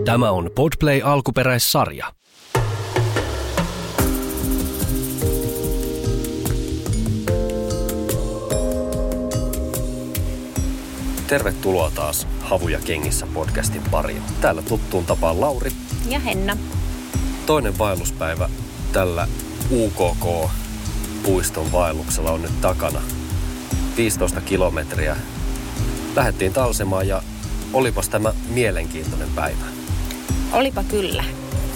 Tämä on Podplay alkuperäissarja. Tervetuloa taas Havuja kengissä podcastin pariin. Täällä tuttuun tapaan Lauri ja Henna. Toinen vaelluspäivä tällä UKK-puiston vaelluksella on nyt takana. 15 kilometriä. Lähdettiin talsemaan ja olipas tämä mielenkiintoinen päivä. Olipa kyllä.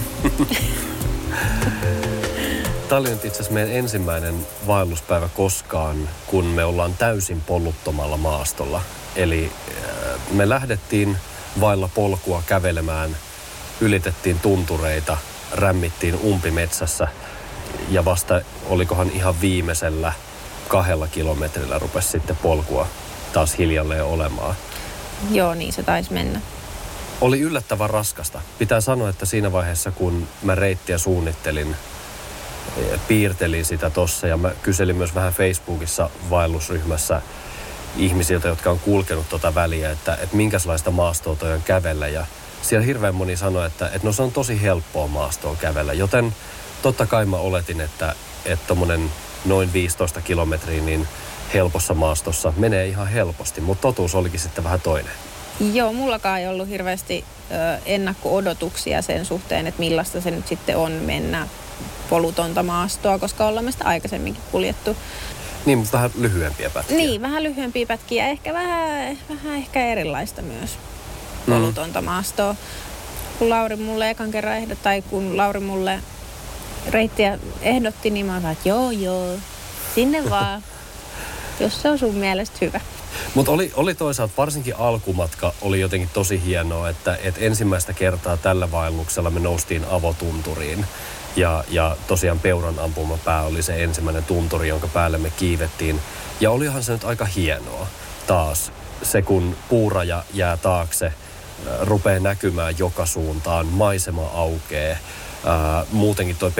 Tämä oli nyt itse asiassa meidän ensimmäinen vaelluspäivä koskaan, kun me ollaan täysin polluttomalla maastolla. Eli me lähdettiin vailla polkua kävelemään, ylitettiin tuntureita, rämmittiin umpimetsässä ja vasta olikohan ihan viimeisellä 2 kilometrillä rupesi sitten polkua taas hiljalleen olemaan. Joo, niin se taisi mennä. Oli yllättävän raskasta. Pitää sanoa, että siinä vaiheessa, kun mä reittiä suunnittelin, piirtelin sitä tossa ja mä kyselin myös vähän Facebookissa vaellusryhmässä ihmisiltä, jotka on kulkenut tota väliä, että minkälaista maastoa toi on kävellä. Ja siellä hirveän moni sanoi, että no se on tosi helppoa maastoa kävellä. Joten totta kai mä oletin, että tommonen noin 15 kilometriä niin helpossa maastossa menee ihan helposti, mutta totuus olikin sitten vähän toinen. Joo, mullakaan ei ollut hirveästi ennakko-odotuksia sen suhteen, että millaista se nyt sitten on mennä polutonta maastoa, koska ollaan me sitä aikaisemminkin kuljettu. Niin, mutta vähän lyhyempiä pätkiä. Niin, vähän lyhyempiä pätkiä, ehkä vähän ehkä erilaista myös polutonta maastoa. Kun Lauri mulle ekan kerran kun Lauri mulle reittiä ehdotti, niin mä sanoin, että joo, sinne vaan, jos se on sun mielestä hyvä. Mutta oli toisaalta, varsinkin alkumatka oli jotenkin tosi hienoa, että ensimmäistä kertaa tällä vaelluksella me noustiin avotunturiin. Ja tosiaan Peuran ampumapää oli se ensimmäinen tunturi, jonka päälle me kiivettiin. Ja olihan se nyt aika hienoa taas. Se kun puuraja jää taakse, rupeaa näkymään joka suuntaan, maisema aukeaa. Muutenkin toi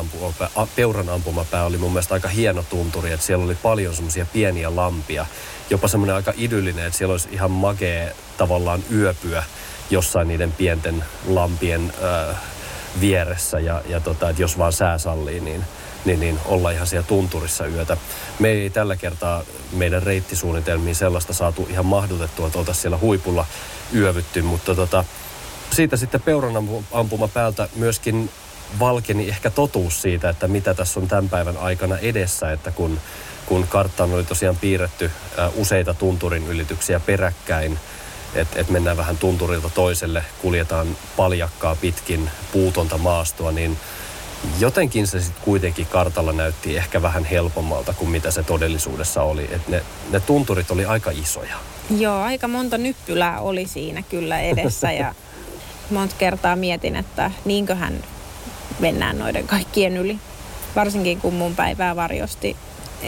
Peuran ampumapää oli mun mielestä aika hieno tunturi, että siellä oli paljon semmoisia pieniä lampia. Jopa semmoinen aika idyllinen, että siellä olisi ihan magea tavallaan yöpyä jossain niiden pienten lampien vieressä. Ja että jos vaan sää sallii, niin olla ihan siellä tunturissa yötä. Me ei tällä kertaa meidän reittisuunnitelmiin sellaista saatu ihan mahdutettua, että oltaisiin siellä huipulla yövytty, mutta siitä sitten Peuran ampumapäältä myöskin valkeni ehkä totuus siitä, että mitä tässä on tämän päivän aikana edessä, että kun karttaan oli tosiaan piirretty useita tunturin ylityksiä peräkkäin, että mennään vähän tunturilta toiselle, kuljetaan paljakkaa pitkin puutonta maastoa, niin jotenkin se sitten kuitenkin kartalla näytti ehkä vähän helpommalta kuin mitä se todellisuudessa oli. Että ne tunturit oli aika isoja. Joo, aika monta nyppylää oli siinä kyllä edessä ja monta kertaa mietin, että niinköhän mennään noiden kaikkien yli. Varsinkin kun mun päivää varjosti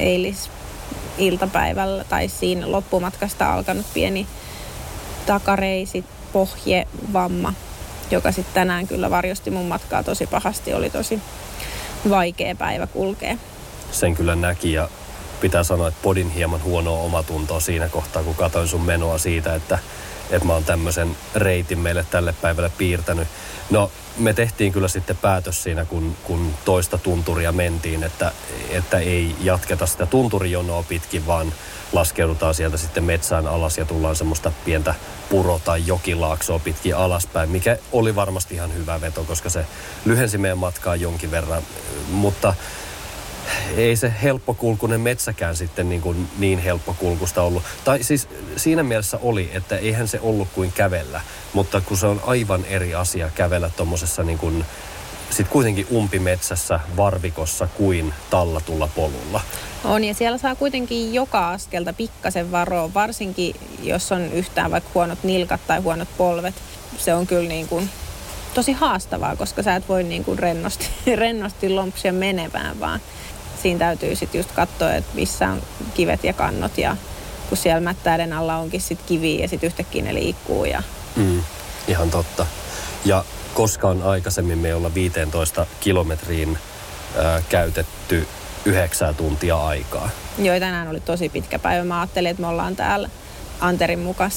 iltapäivällä tai siinä loppumatkasta alkanut pieni takareisi, pohjevamma, joka sitten tänään kyllä varjosti mun matkaa tosi pahasti. Oli tosi vaikea päivä kulkea. Sen kyllä näki ja pitää sanoa, että podin hieman huonoa omatuntoa siinä kohtaa, kun katsoin sun menoa siitä, että mä oon tämmöisen reitin meille tälle päivälle piirtänyt. No, me tehtiin kyllä sitten päätös siinä, kun toista tunturia mentiin, että ei jatketa sitä tunturijonoa pitkin, vaan laskeudutaan sieltä sitten metsään alas ja tullaan semmoista pientä puro- tai jokilaaksoa pitkin alaspäin, mikä oli varmasti ihan hyvä veto, koska se lyhensi meidän matkaa jonkin verran, mutta ei se helppokulkuinen metsäkään sitten niin helppokulkusta ollut. Tai siis siinä mielessä oli, että eihän se ollut kuin kävellä, mutta kun se on aivan eri asia kävellä tommosessa sit kuitenkin umpimetsässä, varvikossa kuin tallatulla polulla. On ja siellä saa kuitenkin joka askelta pikkasen varoa, varsinkin jos on yhtään vaikka huonot nilkat tai huonot polvet. Se on kyllä tosi haastavaa, koska sä et voi rennosti lompsia menevään, vaan siinä täytyy sitten just katsoa, että missä on kivet ja kannot ja kun siellä mättäiden alla onkin sitten kiviä ja sitten yhtäkkiä ne liikkuu. Ihan totta. Ja koskaan aikaisemmin me ei olla 15 kilometriin käytetty 9 tuntia aikaa. Joo, tänään oli tosi pitkä päivä. Mä ajattelin, että me ollaan täällä Anterin mukassa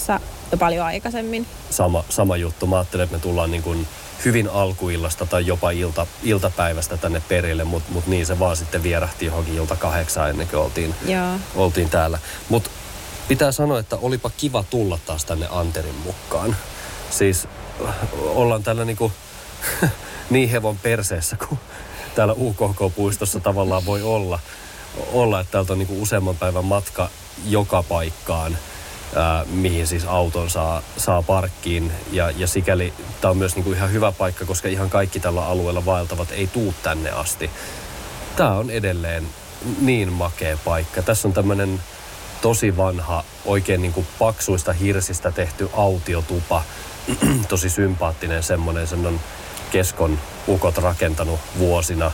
jo paljon aikaisemmin. Sama juttu. Mä ajattelen, että me tullaan niin kuin hyvin alkuillasta tai jopa iltapäivästä tänne perille, mutta niin se vaan sitten vierähti johonkin ilta 8 ennen kuin oltiin täällä. Mutta pitää sanoa, että olipa kiva tulla taas tänne Anterin mukaan. Siis ollaan täällä niinku niin hevon perseessä kuin täällä UKK-puistossa tavallaan voi olla, että täältä on niinku useamman päivän matka joka paikkaan, mihin siis auton saa parkkiin. Ja sikäli tämä on myös niinku ihan hyvä paikka, koska ihan kaikki tällä alueella vaeltavat ei tuu tänne asti. Tämä on edelleen niin makea paikka. Tässä on tämmöinen tosi vanha, oikein niinku paksuista hirsistä tehty autiotupa. Tosi sympaattinen semmoinen, sen on Keskon ukot rakentanut vuosina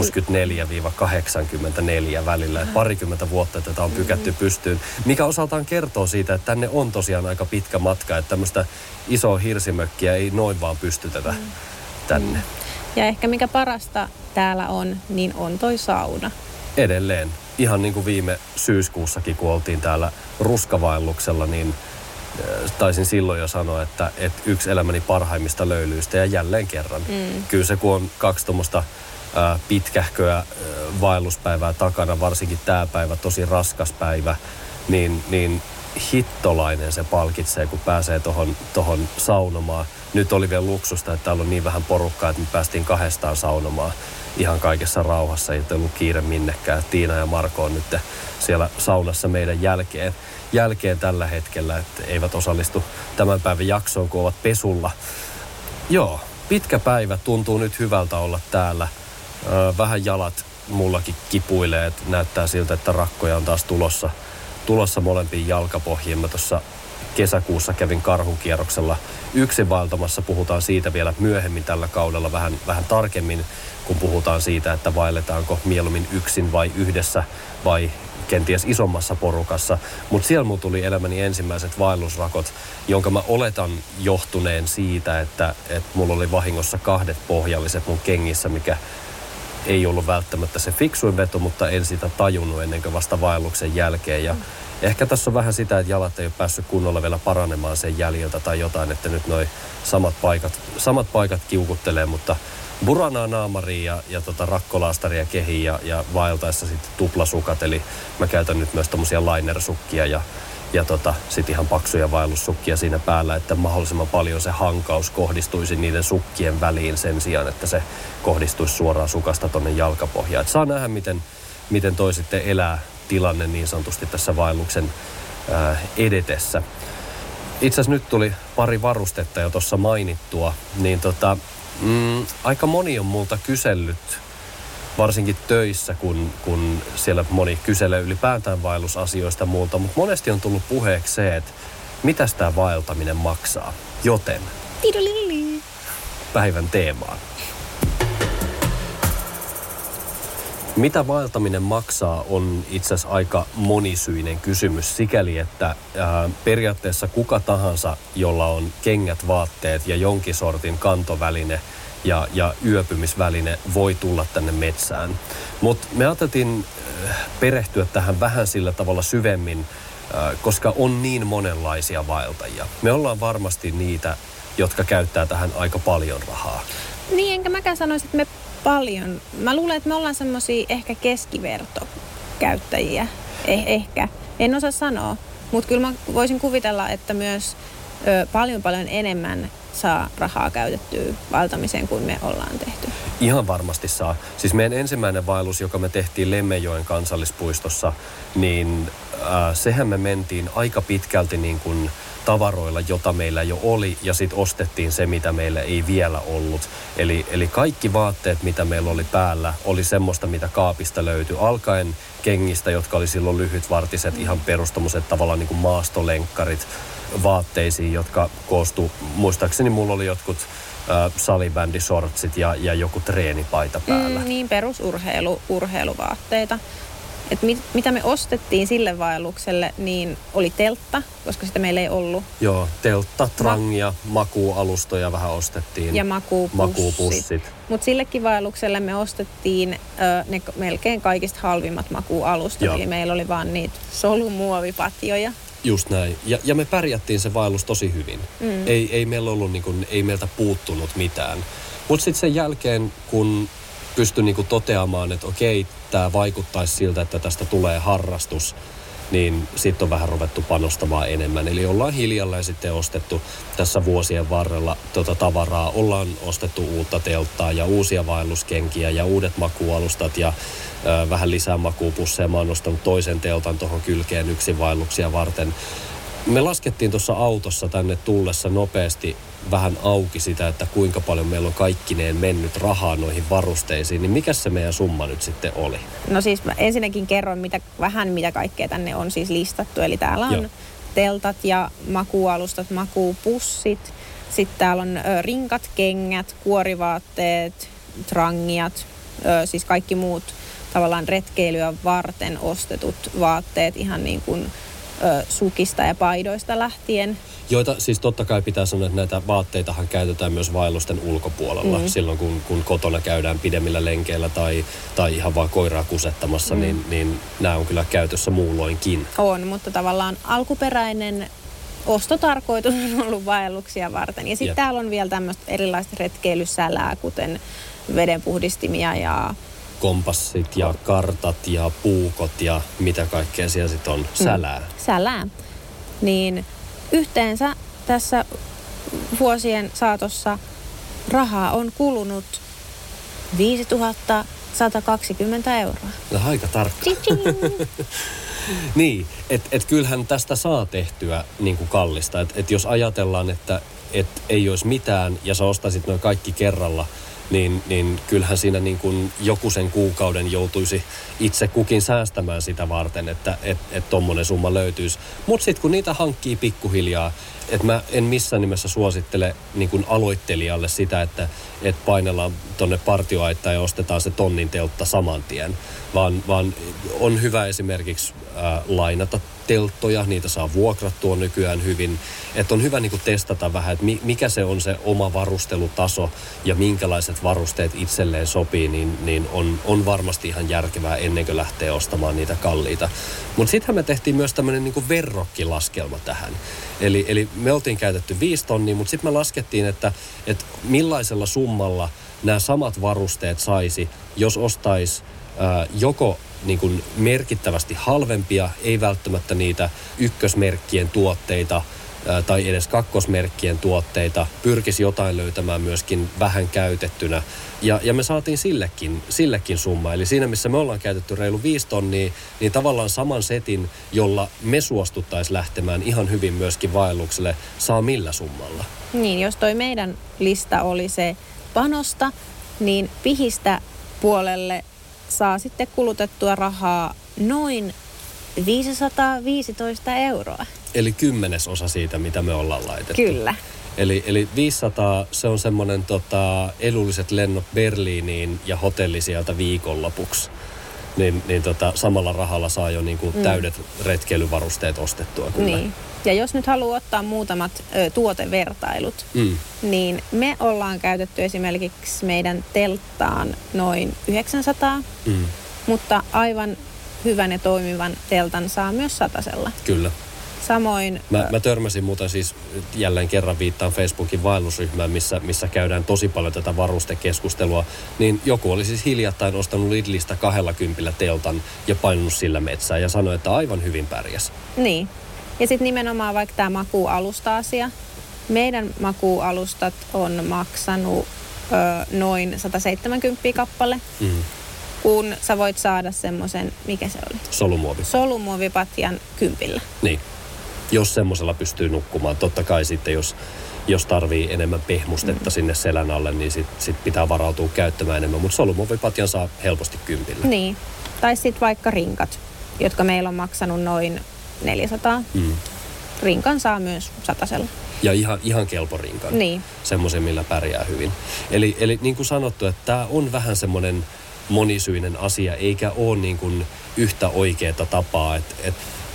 64-84 välillä. Et parikymmentä vuotta tätä on pykätty pystyyn, mikä osaltaan kertoo siitä, että tänne on tosiaan aika pitkä matka, että tämmöistä isoa hirsimökkiä ei noin vaan pystytetä tänne. Ja ehkä mikä parasta täällä on, niin on toi sauna. Edelleen. Ihan niin kuin viime syyskuussakin, kun oltiin täällä ruskavaelluksella, niin taisin silloin jo sanoa, että yksi elämäni parhaimmista löylyistä ja jälleen kerran. Kyllä se, kun on 2 tuommoista pitkähköä vaelluspäivää takana, varsinkin tämä päivä, tosi raskas päivä, niin hittolainen se palkitsee, kun pääsee tohon saunomaan. Nyt oli vielä luksusta, että täällä on niin vähän porukkaa, että me päästiin 2 saunomaan ihan kaikessa rauhassa. Ei ollut kiire minnekään. Tiina ja Marko on nyt siellä saunassa meidän jälkeen tällä hetkellä, että eivät osallistu tämän päivän jaksoon, kun ovat pesulla. Joo, pitkä päivä, tuntuu nyt hyvältä olla täällä. Vähän jalat mullakin kipuilee, että näyttää siltä, että rakkoja on taas tulossa molempiin jalkapohjiin. Mä tuossa kesäkuussa kävin karhunkierroksella yksin vaeltamassa. Puhutaan siitä vielä myöhemmin tällä kaudella vähän tarkemmin, kun puhutaan siitä, että vaelletaanko mieluummin yksin vai yhdessä vai kenties isommassa porukassa. Mutta siellä mulla tuli elämäni ensimmäiset vaellusrakot, jonka mä oletan johtuneen siitä, että mulla oli vahingossa 2 pohjalliset mun kengissä, mikä ei ollut välttämättä se fiksuin veto, mutta en sitä tajunnut ennen kuin vasta vaelluksen jälkeen. Ja ehkä tässä on vähän sitä, että jalat ei ole päässyt kunnolla vielä paranemaan sen jäljiltä tai jotain, että nyt noi samat paikat kiukuttelee, mutta buranaa naamariin ja rakkolaastaria kehiin ja vaeltaessa sitten tuplasukat, eli mä käytän nyt myös tommosia linersukkia ja sitten ihan paksuja vaellussukkia siinä päällä, että mahdollisimman paljon se hankaus kohdistuisi niiden sukkien väliin sen sijaan, että se kohdistuisi suoraan sukasta tonne jalkapohjaan. Et saa nähdä, miten toi sitten elää tilanne niin sanotusti tässä vaelluksen edetessä. Itse asiassa nyt tuli pari varustetta jo tuossa mainittua, niin aika moni on multa kysellyt, varsinkin töissä, kun siellä moni kyselee ylipäätään vaellusasioista multa, mutta monesti on tullut puheeksi se, että mitäs tää vaeltaminen maksaa. Joten päivän teemaan. Mitä vaeltaminen maksaa on itse asiassa aika monisyinen kysymys sikäli, että periaatteessa kuka tahansa, jolla on kengät, vaatteet ja jonkin sortin kantoväline ja yöpymisväline voi tulla tänne metsään. Mutta me ajateltiin perehtyä tähän vähän sillä tavalla syvemmin, koska on niin monenlaisia vaeltajia. Me ollaan varmasti niitä, jotka käyttää tähän aika paljon rahaa. Niin, enkä mäkään sanoisi, että me paljon. Mä luulen, että me ollaan semmosia ehkä keskivertokäyttäjiä. Ehkä. En osaa sanoa. Mutta kyllä mä voisin kuvitella, että myös paljon enemmän saa rahaa käytettyä vaeltamiseen kuin me ollaan tehty. Ihan varmasti saa. Siis meidän ensimmäinen vaellus, joka me tehtiin Lemmenjoen kansallispuistossa, niin sehän me mentiin aika pitkälti niin kuin tavaroilla, jota meillä jo oli, ja sitten ostettiin se, mitä meillä ei vielä ollut. Eli kaikki vaatteet, mitä meillä oli päällä, oli semmoista, mitä kaapista löytyi. Alkaen kengistä, jotka oli silloin lyhytvartiset, ihan perustomuiset tavallaan niin kuin maastolenkkarit vaatteisiin, jotka koostuu, muistaakseni mulla oli jotkut salibändisortsit ja joku treenipaita päällä. Niin, urheiluvaatteita. Et mitä me ostettiin sille vaellukselle, niin oli teltta, koska sitä meillä ei ollut. Joo, teltta, trangia, makuualustoja vähän ostettiin. Ja makuupussit. Mutta sillekin vaellukselle me ostettiin ne melkein kaikista halvimmat makuualustat. Joo. Eli meillä oli vaan niitä solumuovipatjoja. Just näin. Ja me pärjättiin se vaellus tosi hyvin. Ei meillä ollut, niin kuin, ei meiltä puuttunut mitään. Mutta sitten sen jälkeen, kun pystyi niin kuin toteamaan, että okei, tämä vaikuttaisi siltä, että tästä tulee harrastus, niin sitten on vähän ruvettu panostamaan enemmän. Eli ollaan hiljalleen sitten ostettu tässä vuosien varrella tavaraa. Ollaan ostettu uutta telttaa ja uusia vaelluskenkiä ja uudet makuualustat ja vähän lisää makuupusseja. Mä oon ostanut toisen teltan tuohon kylkeen yksinvaelluksia varten. Me laskettiin tuossa autossa tänne tullessa nopeasti vähän auki sitä, että kuinka paljon meillä on kaikkineen mennyt rahaa noihin varusteisiin, niin mikä se meidän summa nyt sitten oli? No siis mä ensinnäkin kerron mitä kaikkea tänne on siis listattu. Eli täällä on teltat ja makuualustat, makuupussit. Sitten täällä on rinkat, kengät, kuorivaatteet, trangiat, siis kaikki muut tavallaan retkeilyä varten ostetut vaatteet ihan niin kuin sukista ja paidoista lähtien. Joita siis totta kai pitää sanoa, että näitä vaatteitahan käytetään myös vaellusten ulkopuolella. Silloin kun kotona käydään pidemmillä lenkeillä tai ihan vaan koiraa kusettamassa, niin nämä on kyllä käytössä muulloinkin. On, mutta tavallaan alkuperäinen ostotarkoitus on ollut vaelluksia varten. Ja sitten täällä on vielä tämmöistä erilaista retkeilysälää, kuten vedenpuhdistimia ja kompassit ja kartat ja puukot ja mitä kaikkea siellä sitten on. Sälää. Sälää. Niin yhteensä tässä vuosien saatossa rahaa on kulunut 5 120 €. No, aika tarkka. Niin, että kyllähän tästä saa tehtyä niin kuin kallista. Että jos ajatellaan, että ei olisi mitään ja sä ostaisit noin kaikki kerralla, niin kyllähän siinä niin kuin joku sen kuukauden joutuisi itse kukin säästämään sitä varten, että tommonen summa löytyisi. Mutta sitten kun niitä hankkii pikkuhiljaa, että mä en missään nimessä suosittele niin kuin aloittelijalle sitä, että painellaan tonne partioaittaan ja ostetaan se tonnin teltta saman tien, vaan on hyvä esimerkiksi lainata telttoja, niitä saa vuokrattua nykyään hyvin. Että on hyvä niin kuin testata vähän, että mikä se on se oma varustelutaso ja minkälaiset varusteet itselleen sopii, niin on varmasti ihan järkevää ennen kuin lähtee ostamaan niitä kalliita. Mutta sittenhän me tehtiin myös tämmöinen niin kuin verrokkilaskelma tähän. Eli me oltiin käytetty 5 tonnia, mutta sitten me laskettiin, että millaisella summalla nämä samat varusteet saisi, jos ostaisi joko niin kuin merkittävästi halvempia, ei välttämättä niitä ykkösmerkkien tuotteita tai edes kakkosmerkkien tuotteita, pyrkisi jotain löytämään myöskin vähän käytettynä. Ja me saatiin sillekin summa. Eli siinä, missä me ollaan käytetty reilu 5 tonnia, niin tavallaan saman setin, jolla me suostuttaisiin lähtemään ihan hyvin myöskin vaellukselle, saa millä summalla? Niin, jos toi meidän lista oli se panosta, niin pihistä puolelle saa sitten kulutettua rahaa noin 515 €. Eli 10% siitä, mitä me ollaan laitettu. Kyllä. Eli 500, se on semmoinen edulliset lennot Berliiniin ja hotelli sieltä viikonlopuksi. Niin samalla rahalla saa jo niinku täydet retkeilyvarusteet ostettua kyllä. Niin. Ja jos nyt haluaa ottaa muutamat tuotevertailut, niin me ollaan käytetty esimerkiksi meidän telttaan noin 900, mutta aivan hyvän ja toimivan teltan saa myös 100. Kyllä. Samoin Mä törmäsin muuten siis, jälleen kerran viittaan Facebookin vaellusryhmään, missä käydään tosi paljon tätä varustekeskustelua, niin joku oli siis hiljattain ostanut Lidlistä 20 teltan ja painunut sillä metsään ja sanoi, että aivan hyvin pärjäs. Niin. Ja sitten nimenomaan vaikka tämä makuualusta-asia. Meidän makuualustat on maksanut noin 170 kappale, kun sä voit saada semmoisen, mikä se oli? Solumuovipatjan 10. Niin. Jos semmoisella pystyy nukkumaan. Totta kai sitten, jos tarvii enemmän pehmustetta sinne selän alle, niin sit pitää varautua käyttämään enemmän. Mutta solumuovipatjan saa helposti 10. Niin. Tai sitten vaikka rinkat, jotka meillä on maksanut noin 400. Rinkan saa myös 100. Ja ihan kelpo rinkan. Niin. Semmoisen, millä pärjää hyvin. Eli niin kuin sanottu, että tämä on vähän semmoinen monisyinen asia, eikä ole niin kuin yhtä oikeaa tapaa.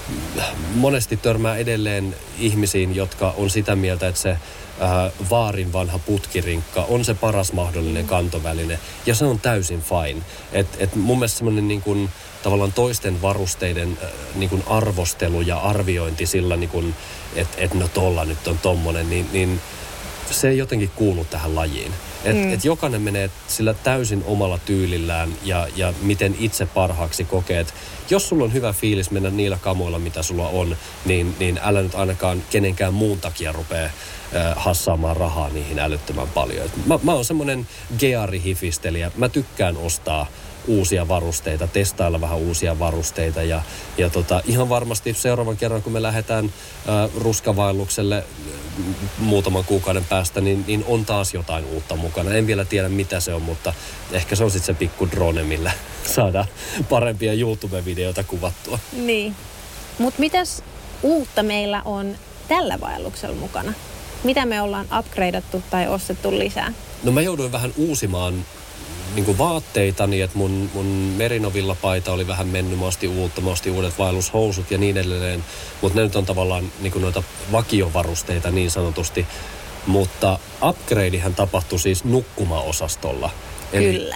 monesti törmää edelleen ihmisiin, jotka on sitä mieltä, että se vaarin vanha putkirinkka on se paras mahdollinen kantoväline. Ja se on täysin fine. Et mun mielestä semmoinen niin kuin tavallaan toisten varusteiden niin kuin arvostelu ja arviointi sillä, niin että no tolla nyt on tommonen, niin se ei jotenkin kuulu tähän lajiin. Et jokainen menee sillä täysin omalla tyylillään ja miten itse parhaaksi kokee. Jos sulla on hyvä fiilis mennä niillä kamoilla, mitä sulla on, niin älä nyt ainakaan kenenkään muun takia rupea hassaamaan rahaa niihin älyttömän paljon. Mä oon semmoinen gearihifistelijä. Mä tykkään ostaa uusia varusteita, testailla vähän uusia varusteita ja ihan varmasti seuraavan kerran, kun me lähdetään ruskavaellukselle muutaman kuukauden päästä, niin on taas jotain uutta mukana. En vielä tiedä, mitä se on, mutta ehkä se on sitten se pikku drone, millä saadaan parempia YouTube-videoita kuvattua. Niin. Mutta mitäs uutta meillä on tällä vaelluksella mukana? Mitä me ollaan upgradeattu tai ostettu lisää? No mä jouduin vähän uusimaan niin kuin vaatteitani, että mun merinovillapaita oli vähän mennyt, mä ostin uudet vaellushousut ja niin edelleen, mutta ne nyt on tavallaan niin kuin noita vakiovarusteita niin sanotusti, mutta upgradehän tapahtui siis nukkumaosastolla. Kyllä.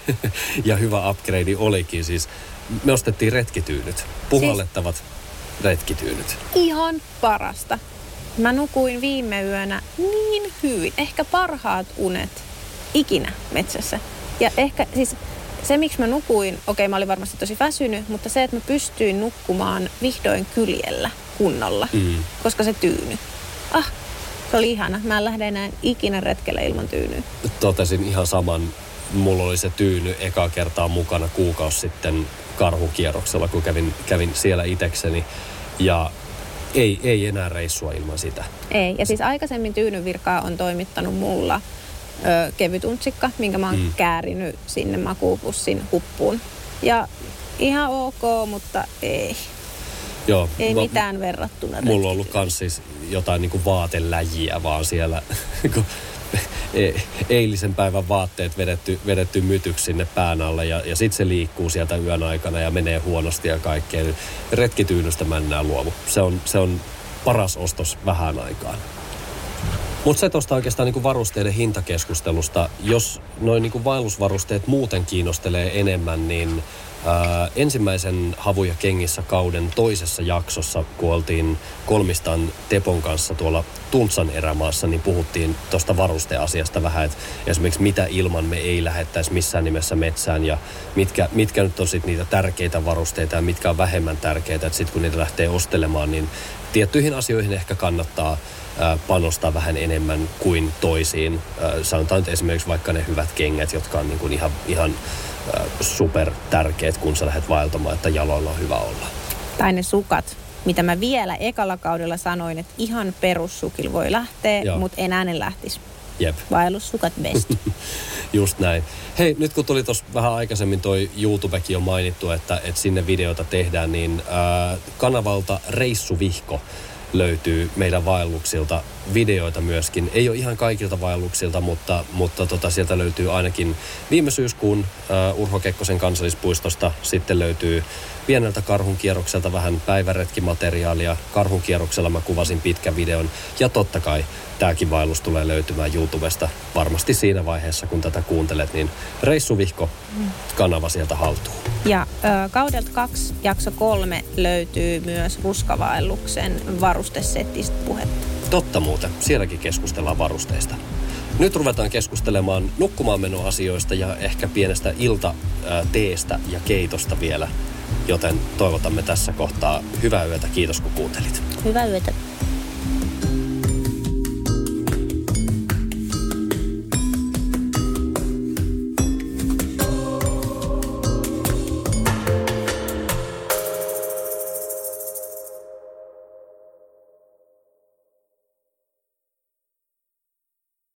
Ja hyvä upgrade olikin siis, me ostettiin retkityynyt, puhallettavat retkityynyt. Ihan parasta. Mä nukuin viime yönä niin hyvin, ehkä parhaat unet ikinä metsässä. Ja ehkä siis se, miksi mä nukuin, mä olin varmasti tosi väsynyt, mutta se, että mä pystyin nukkumaan vihdoin kyljellä kunnolla, koska se tyyny. Se oli ihana. Mä en lähde enää ikinä retkelle ilman tyynyä. Totesin ihan saman. Mulla oli se tyyny ekaa kertaa mukana kuukausi sitten karhukierroksella, kun kävin siellä itekseni. Ja ei enää reissua ilman sitä. Ei. Ja siis aikaisemmin tyynyvirkaa on toimittanut mulla kevyt untsikka, minkä mä oon käärinyt sinne makuupussin huppuun. Ja ihan ok, mutta ei. Joo, ei mitään verrattuna. Mulla on ollut kans siis jotain niinku vaateläjiä vaan siellä. Eilisen päivän vaatteet vedetty mytyksi sinne pään alle ja sit se liikkuu sieltä yön aikana ja menee huonosti ja kaikkea. Retkityynystä mä en enää luovu. Se on paras ostos vähän aikaan. Mutta se tuosta oikeastaan niinku varusteiden hintakeskustelusta, jos noin niinku vaellusvarusteet muuten kiinnostelee enemmän, niin ensimmäisen Havuja kengissä kauden toisessa jaksossa, kun oltiin kolmistaan Tepon kanssa tuolla Tuntsan erämaassa, niin puhuttiin tuosta varusteasiasta vähän, että esimerkiksi mitä ilman me ei lähettäisi missään nimessä metsään ja mitkä nyt on sitten niitä tärkeitä varusteita ja mitkä on vähemmän tärkeitä, että sitten kun niitä lähtee ostelemaan, niin tiettyihin asioihin ehkä kannattaa panostaa vähän enemmän kuin toisiin. Sanotaan nyt esimerkiksi vaikka ne hyvät kengät, jotka on niin kuin ihan super tärkeät, kun sä lähdet vaeltamaan, että jaloilla on hyvä olla. Tai ne sukat, mitä mä vielä ekalla kaudella sanoin, että ihan perussukilla voi lähteä, mutta enää ne lähtisi. Jep. Vaellussukat best. Just näin. Hei, nyt kun tuli tuossa vähän aikaisemmin toi YouTubekin on mainittu, että sinne videota tehdään, niin kanavalta Reissuvihko löytyy meidän vaelluksilta videoita myöskin. Ei ole ihan kaikilta vaelluksilta, mutta sieltä löytyy ainakin viime syyskuun Urho Kekkosen kansallispuistosta. Sitten löytyy pieneltä karhunkierrokselta vähän päiväretkimateriaalia. Karhunkierroksella mä kuvasin pitkän videon. Ja totta kai tämäkin vaellus tulee löytymään YouTubesta varmasti siinä vaiheessa, kun tätä kuuntelet, niin Reissuvihko kanava sieltä haltuun. Ja kaudelta 2 jakso 3 löytyy myös ruskavaelluksen varustesettistä puhetta. Totta muuten. Sielläkin keskustellaan varusteista. Nyt ruvetaan keskustelemaan nukkumaanmenoasioista ja ehkä pienestä iltateestä ja keitosta vielä. Joten toivotamme tässä kohtaa hyvää yötä. Kiitos kun kuuntelit. Hyvää yötä.